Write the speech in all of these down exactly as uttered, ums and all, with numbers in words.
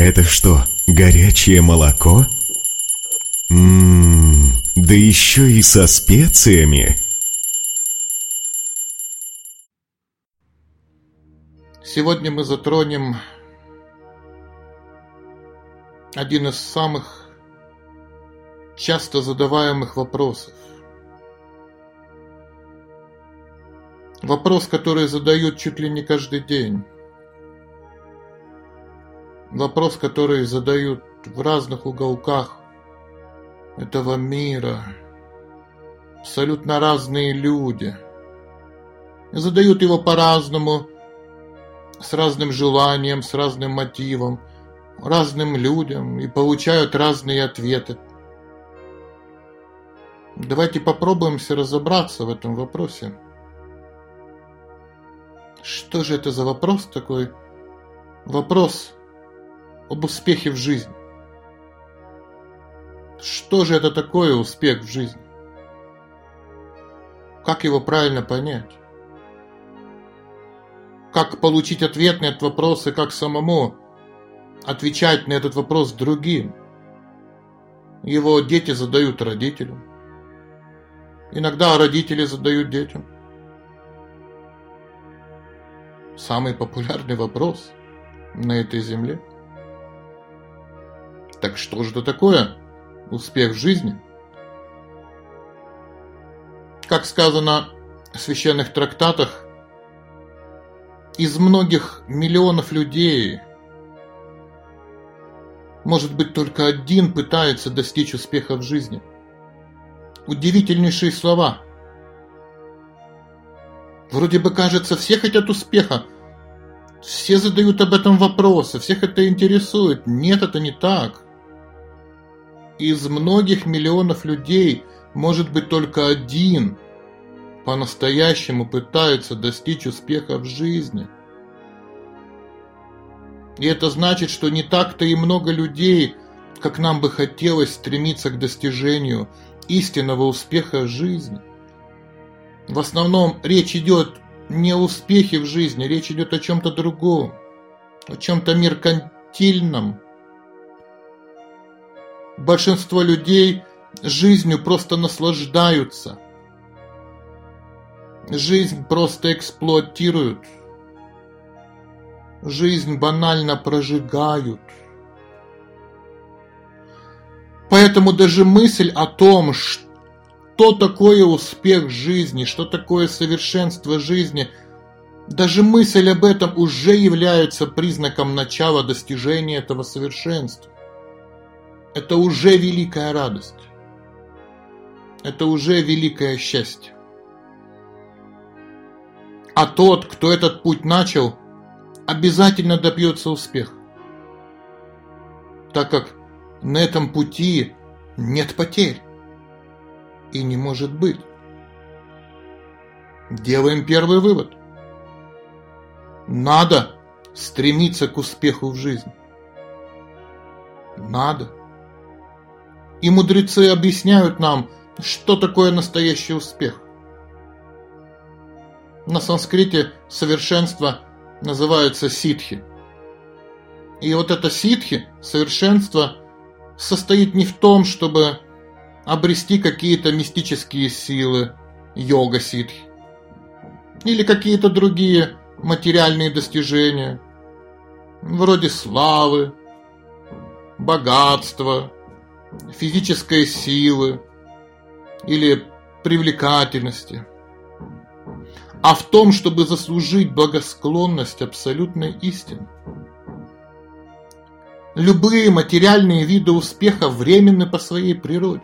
Это что, горячее молоко? Ммм, да еще и со специями. Сегодня мы затронем один из самых часто задаваемых вопросов. Вопрос, который задают чуть ли не каждый день. Вопрос, который задают в разных уголках этого мира. Абсолютно разные люди. И задают его по-разному, с разным желанием, с разным мотивом, разным людям, и получают разные ответы. Давайте попробуемся разобраться в этом вопросе. Что же это за вопрос такой? Вопрос об успехе в жизни. Что же это такое успех в жизни? Как его правильно понять? Как получить ответ на этот вопрос и как самому отвечать на этот вопрос другим? Его дети задают родителям. Иногда родители задают детям. Самый популярный вопрос на этой земле. Так что же это такое успех в жизни? Как сказано в священных трактатах, из многих миллионов людей, может быть, только один пытается достичь успеха в жизни. Удивительнейшие слова. Вроде бы кажется, все хотят успеха, все задают об этом вопросы, всех это интересует. Нет, это не так. Из многих миллионов людей, может быть, только один по-настоящему пытается достичь успеха в жизни. И это значит, что не так-то и много людей, как нам бы хотелось, стремиться к достижению истинного успеха в жизни. В основном речь идет не о успехе в жизни, речь идет о чем-то другом, о чем-то меркантильном. Большинство людей жизнью просто наслаждаются. Жизнь просто эксплуатируют. Жизнь банально прожигают. Поэтому даже мысль о том, что Что такое успех жизни, что такое совершенство жизни, даже мысль об этом уже является признаком начала достижения этого совершенства. Это уже великая радость. Это уже великое счастье. А тот, кто этот путь начал, обязательно добьется успеха, так как на этом пути нет потерь. И не может быть. Делаем первый вывод. Надо стремиться к успеху в жизни. Надо. И мудрецы объясняют нам, что такое настоящий успех. На санскрите совершенство называется ситхи. И вот это ситхи, совершенство, состоит не в том, чтобы обрести какие-то мистические силы, йога-ситхи, или какие-то другие материальные достижения, вроде славы, богатства, физической силы или привлекательности, а в том, чтобы заслужить благосклонность абсолютной истины. Любые материальные виды успеха временны по своей природе.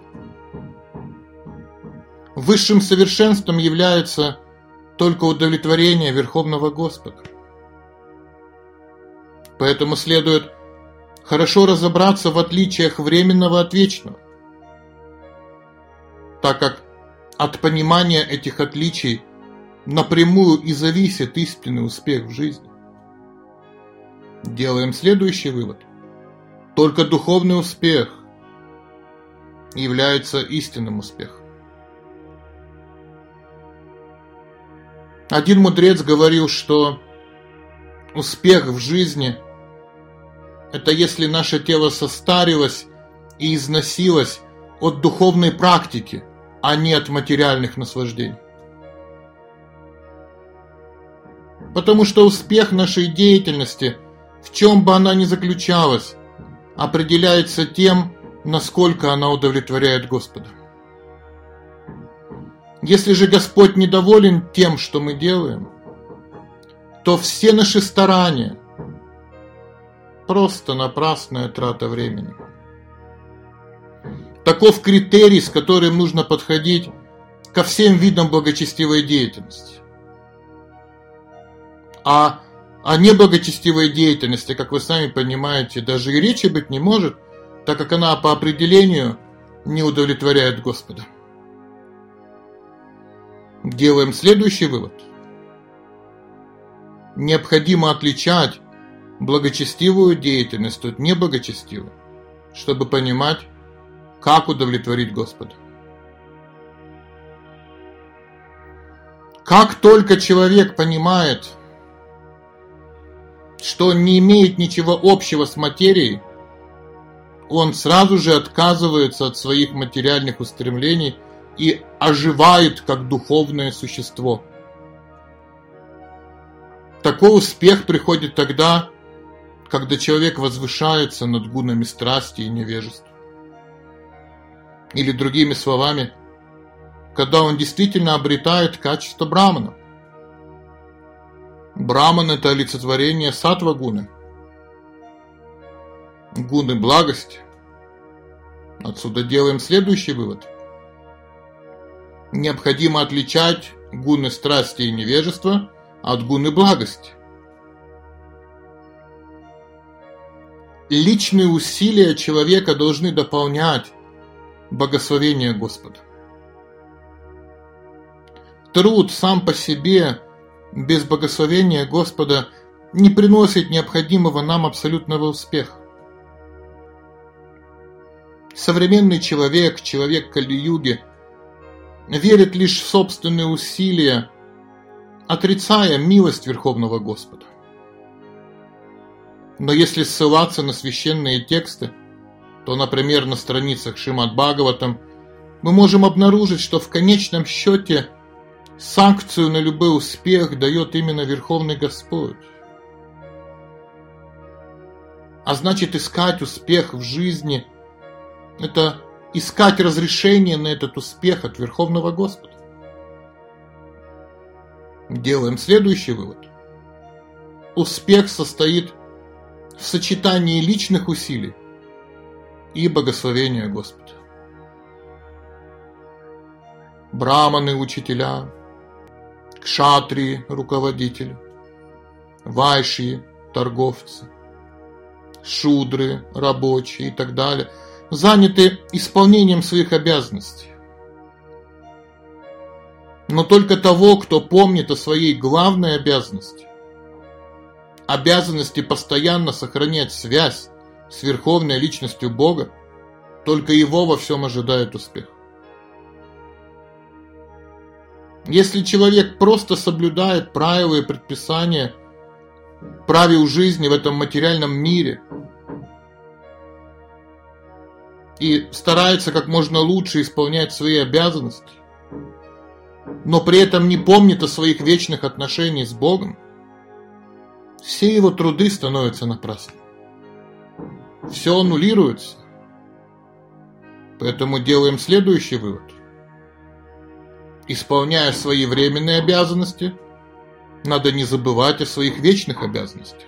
Высшим совершенством является только удовлетворение Верховного Господа. Поэтому следует хорошо разобраться в отличиях временного от вечного, так как от понимания этих отличий напрямую и зависит истинный успех в жизни. Делаем следующий вывод. Только духовный успех является истинным успехом. Один мудрец говорил, что успех в жизни это если наше тело состарилось и износилось от духовной практики, а не от материальных наслаждений. Потому что успех нашей деятельности, в чем бы она ни заключалась, определяется тем, насколько она удовлетворяет Господа. Если же Господь недоволен тем, что мы делаем, то все наши старания просто напрасная трата времени. Таков критерий, с которым нужно подходить ко всем видам благочестивой деятельности. А о неблагочестивой деятельности, как вы сами понимаете, даже и речи быть не может, так как она по определению не удовлетворяет Господа. Делаем следующий вывод. Необходимо отличать благочестивую деятельность от неблагочестивой, чтобы понимать, как удовлетворить Господа. Как только человек понимает, что он не имеет ничего общего с материей, он сразу же отказывается от своих материальных устремлений и оживает как духовное существо. Такой успех приходит тогда, когда человек возвышается над гунами страсти и невежества. Или другими словами, когда он действительно обретает качество брамана. Браман – это олицетворение саттва-гуны, гуны благости. Отсюда делаем следующий вывод. Необходимо отличать гуны страсти и невежества от гуны благости. Личные усилия человека должны дополнять благословение Господа. Труд сам по себе без благословения Господа не приносит необходимого нам абсолютного успеха. Современный человек, человек Кали-юги, верит лишь в собственные усилия, отрицая милость Верховного Господа. Но если ссылаться на священные тексты, то, например, на страницах Шримад-Бхагаватам, мы можем обнаружить, что в конечном счете санкцию на любой успех дает именно Верховный Господь. А значит, искать успех в жизни – это искать разрешение на этот успех от Верховного Господа. Делаем следующий вывод. Успех состоит в сочетании личных усилий и благословения Господа. Браманы – учителя, кшатрии – руководители, вайшьи – торговцы, шудры – рабочие и так далее, заняты исполнением своих обязанностей. Но только того, кто помнит о своей главной обязанности, обязанности постоянно сохранять связь с Верховной Личностью Бога, только его во всем ожидает успех. Если человек просто соблюдает правила и предписания правил жизни в этом материальном мире и старается как можно лучше исполнять свои обязанности, но при этом не помнит о своих вечных отношениях с Богом, все его труды становятся напрасными. Все аннулируется. Поэтому делаем следующий вывод. Исполняя свои временные обязанности, надо не забывать о своих вечных обязанностях.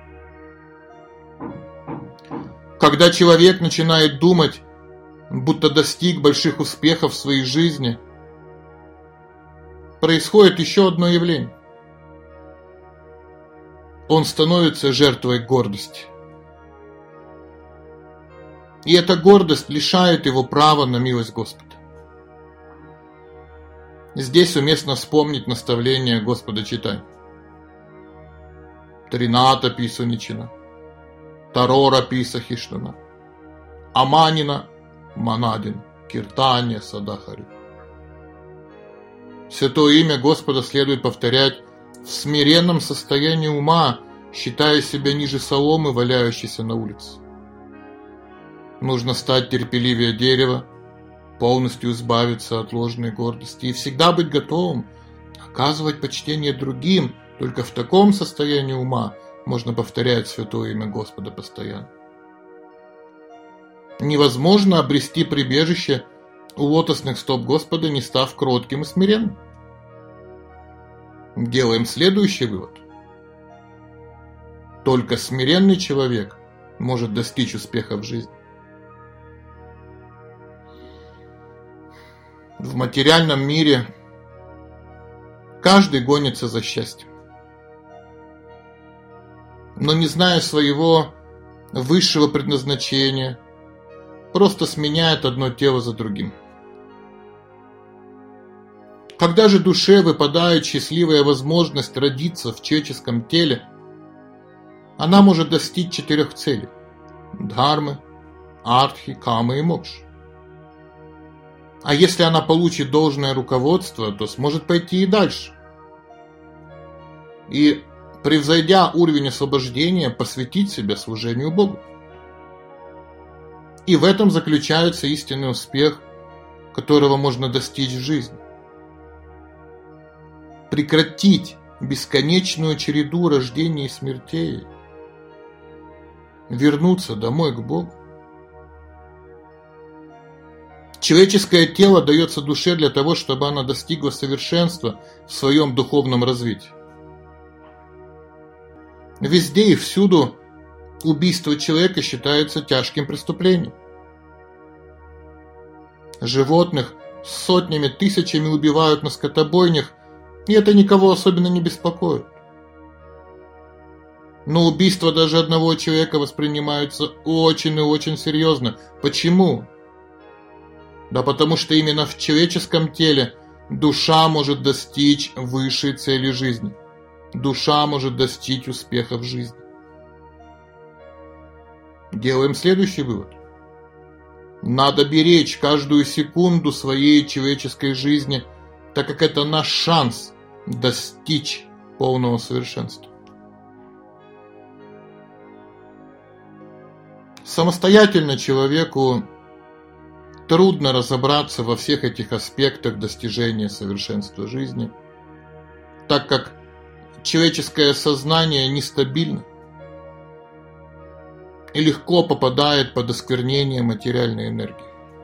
Когда человек начинает думать, будто достиг больших успехов в своей жизни, происходит еще одно явление. Он становится жертвой гордости. И эта гордость лишает его права на милость Господа. Здесь уместно вспомнить наставление Господа Чайтаньи. Трината писуничина, Тарора писа хиштана, Аманина манадин, Киртания садахари. Святое имя Господа следует повторять в смиренном состоянии ума, считая себя ниже соломы, валяющейся на улице. Нужно стать терпеливее дерева, полностью избавиться от ложной гордости и всегда быть готовым оказывать почтение другим. Только в таком состоянии ума можно повторять святое имя Господа постоянно. Невозможно обрести прибежище у лотосных стоп Господа, не став кротким и смиренным. Делаем следующий вывод. Только смиренный человек может достичь успеха в жизни. В материальном мире каждый гонится за счастьем, но не зная своего высшего предназначения, просто сменяет одно тело за другим. Когда же душе выпадает счастливая возможность родиться в человеческом теле, она может достичь четырех целей – дхармы, артхи, камы и мокши. А если она получит должное руководство, то сможет пойти и дальше. И, превзойдя уровень освобождения, посвятить себя служению Богу. И в этом заключается истинный успех, которого можно достичь в жизни. Прекратить бесконечную череду рождений и смертей. Вернуться домой к Богу. Человеческое тело дается душе для того, чтобы она достигла совершенства в своем духовном развитии. Везде и всюду убийство человека считается тяжким преступлением. Животных сотнями, тысячами убивают на скотобойнях, и это никого особенно не беспокоит. Но убийство даже одного человека воспринимается очень и очень серьезно. Почему? Да потому что именно в человеческом теле душа может достичь высшей цели жизни. Душа может достичь успеха в жизни. Делаем следующий вывод. Надо беречь каждую секунду своей человеческой жизни, так как это наш шанс достичь полного совершенства. Самостоятельно человеку трудно разобраться во всех этих аспектах достижения совершенства жизни, так как человеческое сознание нестабильно и легко попадает под осквернение материальной энергии.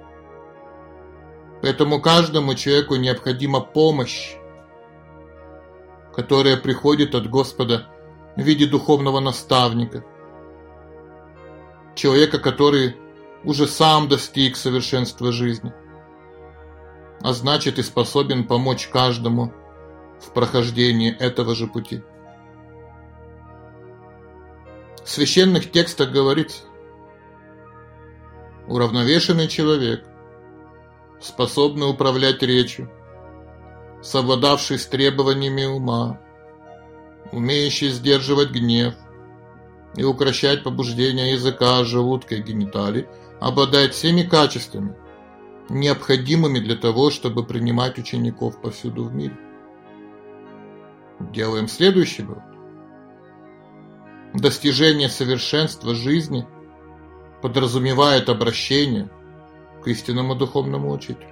Поэтому каждому человеку необходима помощь, которая приходит от Господа в виде духовного наставника, человека, который уже сам достиг совершенства жизни, а значит и способен помочь каждому в прохождении этого же пути. В священных текстах говорится: уравновешенный человек, способный управлять речью, совладавший с требованиями ума, умеющий сдерживать гнев и укрощать побуждения языка, желудка и гениталий, обладает всеми качествами, необходимыми для того, чтобы принимать учеников повсюду в мире. Делаем следующий вывод. Достижение совершенства жизни подразумевает обращение к истинному духовному учителю.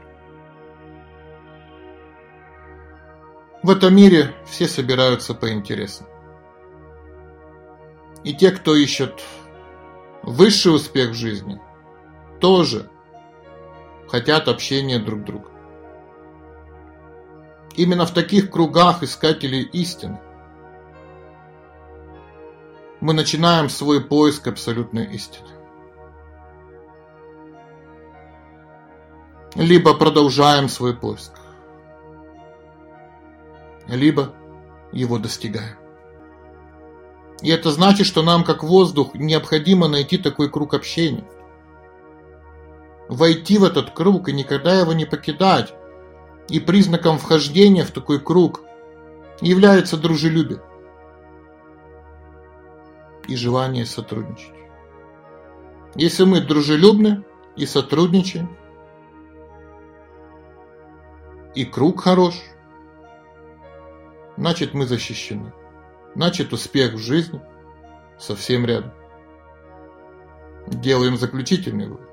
В этом мире все собираются по интересам. И те, кто ищет высший успех в жизни, тоже хотят общения друг друга. Именно в таких кругах искателей истины мы начинаем свой поиск абсолютной истины. Либо продолжаем свой поиск, либо его достигаем. И это значит, что нам, как воздух, необходимо найти такой круг общения. Войти в этот круг и никогда его не покидать. И признаком вхождения в такой круг является дружелюбие и желание сотрудничать. Если мы дружелюбны и сотрудничаем, и круг хорош, значит мы защищены. Значит, успех в жизни совсем рядом. Делаем заключительный вывод.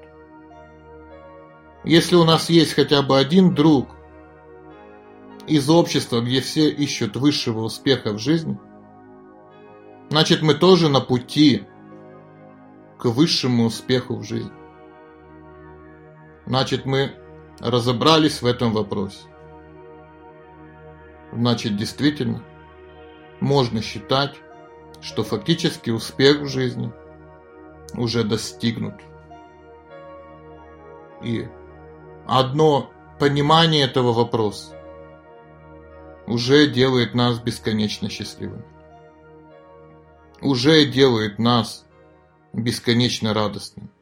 Если у нас есть хотя бы один друг из общества, где все ищут высшего успеха в жизни, значит, мы тоже на пути к высшему успеху в жизни. Значит, мы разобрались в этом вопросе. Значит, действительно, можно считать, что фактически успех в жизни уже достигнут. И одно понимание этого вопроса уже делает нас бесконечно счастливыми. Уже делает нас бесконечно радостными.